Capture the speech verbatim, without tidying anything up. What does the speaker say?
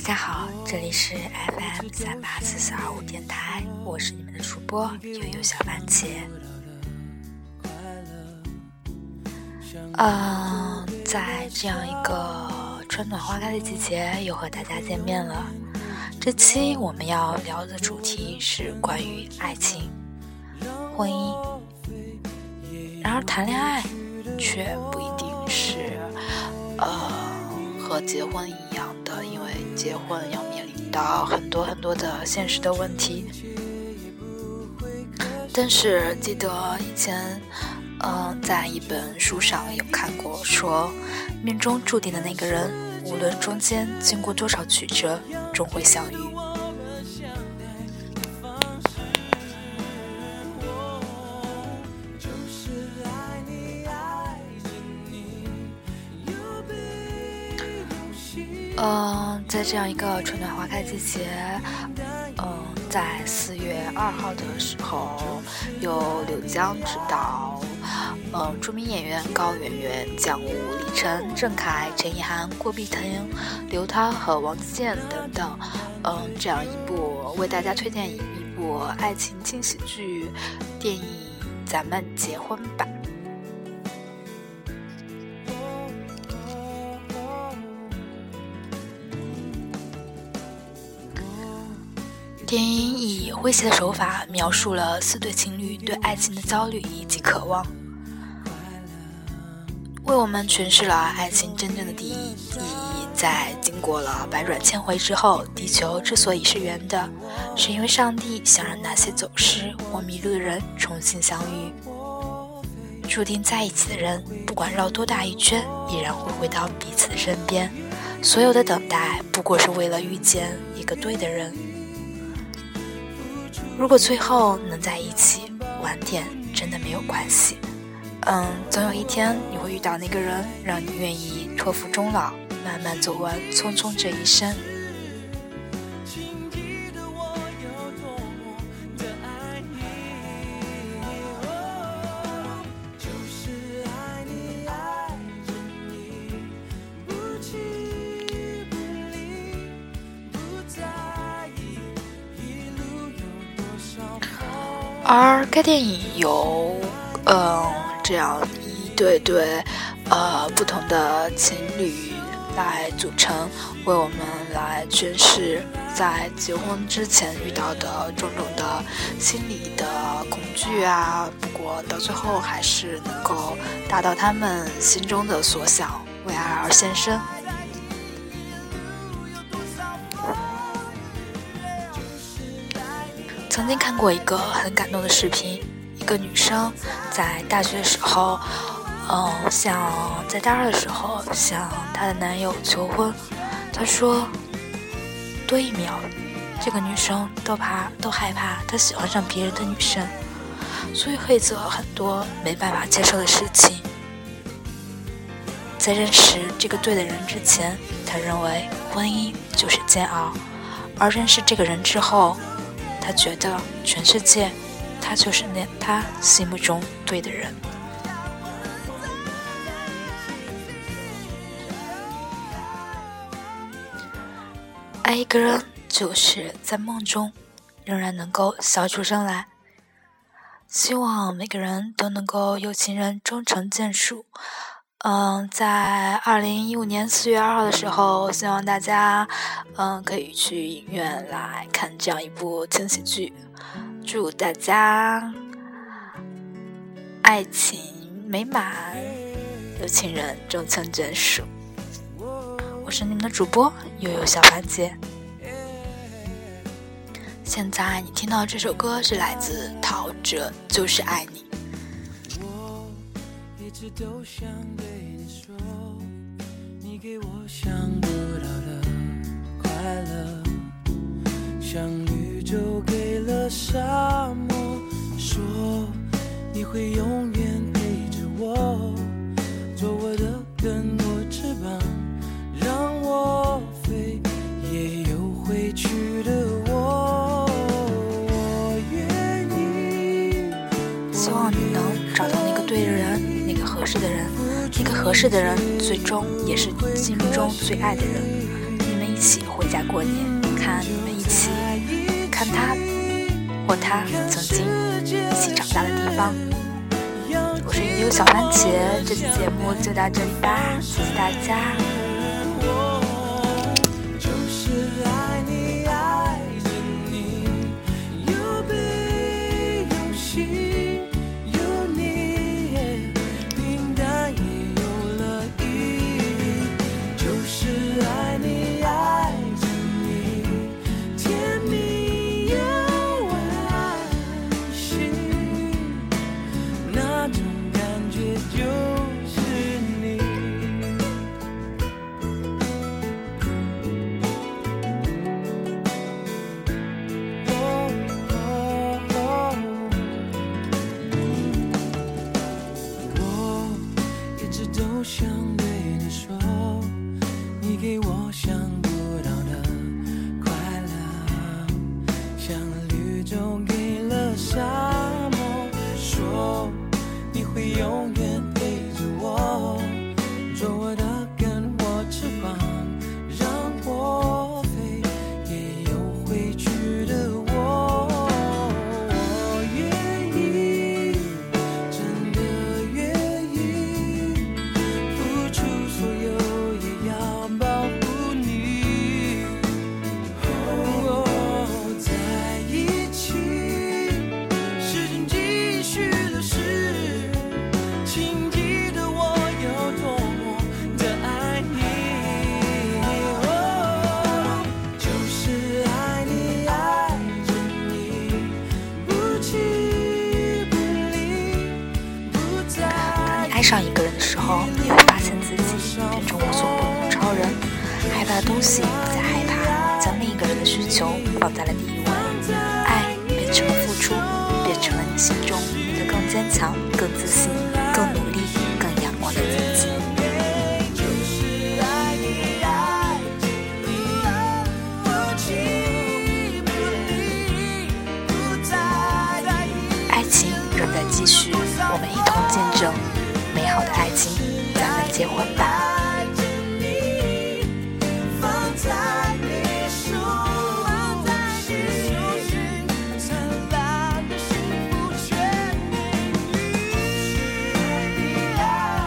家好，这里是 F M 三八四四二五电台，我是你们的主播悠悠小番茄。呃，在这样一个春暖花开的季节，又和大家见面了。这期我们要聊的主题是关于爱情、婚姻。然而，谈恋爱却不一定是呃和结婚一样的，因为结婚要面临到很多很多的现实的问题。但是记得以前呃在一本书上有看过，说命中注定的那个人，无论中间经过多少曲折，终会相遇。嗯、呃，在这样一个春暖花开季节，嗯、呃，在四月二号的时候，由柳江执导，嗯、呃，著名演员高圆圆、蒋武、李晨、郑恺、陈意涵、郭碧腾、刘涛和王自健等等，嗯、呃，这样一部为大家推荐一部爱情轻喜剧电影《咱们结婚吧》。电影以诙谐的手法描述了四对情侣对爱情的焦虑以及渴望，为我们诠释了爱情真正的意义。在经过了百转千回之后，地球之所以是圆的，是因为上帝想让那些走失或迷路的人重新相遇。注定在一起的人，不管绕多大一圈，依然会回到彼此的身边。所有的等待不过是为了遇见一个对的人。如果最后能在一起，晚点真的没有关系。嗯，总有一天你会遇到那个人，让你愿意托付终老，慢慢走完匆匆这一生。而该电影由嗯这样一对对呃不同的情侣来组成，为我们来诠释在结婚之前遇到的种种的心理的恐惧啊，不过到最后还是能够达到他们心中的所想，为爱而献身。曾经看过一个很感动的视频，一个女生在大学的时候，嗯，想在大二的时候向她的男友求婚。她说，多一秒，这个女生都怕都害怕她喜欢上别人的女生，所以会做很多没办法接受的事情。在认识这个对的人之前，她认为婚姻就是煎熬，而认识这个人之后，他觉得全世界他就是那他心目中对的人。爱一个人就是在梦中仍然能够笑出声来。希望每个人都能够有情人终成眷属。嗯，在二零一五年四月二号的时候，希望大家嗯可以去影院来看这样一部轻喜剧。祝大家爱情美满，有情人终成眷属。我是你们的主播悠悠小番茄。现在你听到这首歌是来自陶喆，就是爱你。一直都想对你说，你给我想不到的快乐，像绿洲给了沙漠，说你会永远陪着我，做我的更多翅膀，让我飞，也有回去的我，我愿意。希望你能找到那个对的人，那个合适的人，那个合适的人最终也是你心目中最爱的人，你们一起回家家过年，看你们一起看他或他曾经一起长大的地方。我是云游小番茄，这期节目就到这里吧，谢谢大家。 想对你说，你给我想不到的快乐，像绿洲给了沙漠，说你会永远陪着我，做我的根，我翅膀，让我飞，也有回去的我。我愿意，真的愿意，付出所有也要保护你。哦，在一起，时间继续流逝，请记得我有多么的爱你。哦，就是爱你，爱着你，不弃不离，不再。 当你爱上一个人的时候，你会发现自己变成无所不能的超人，害怕的东西不再害怕，将另一个人的需求放在了第一位，爱变成了付出，变成了你心中一个更坚强、更自信、更努力、更阳光的自己。 就是爱你，爱着你，不弃不离，不再在意。 爱情仍在继续，我们一同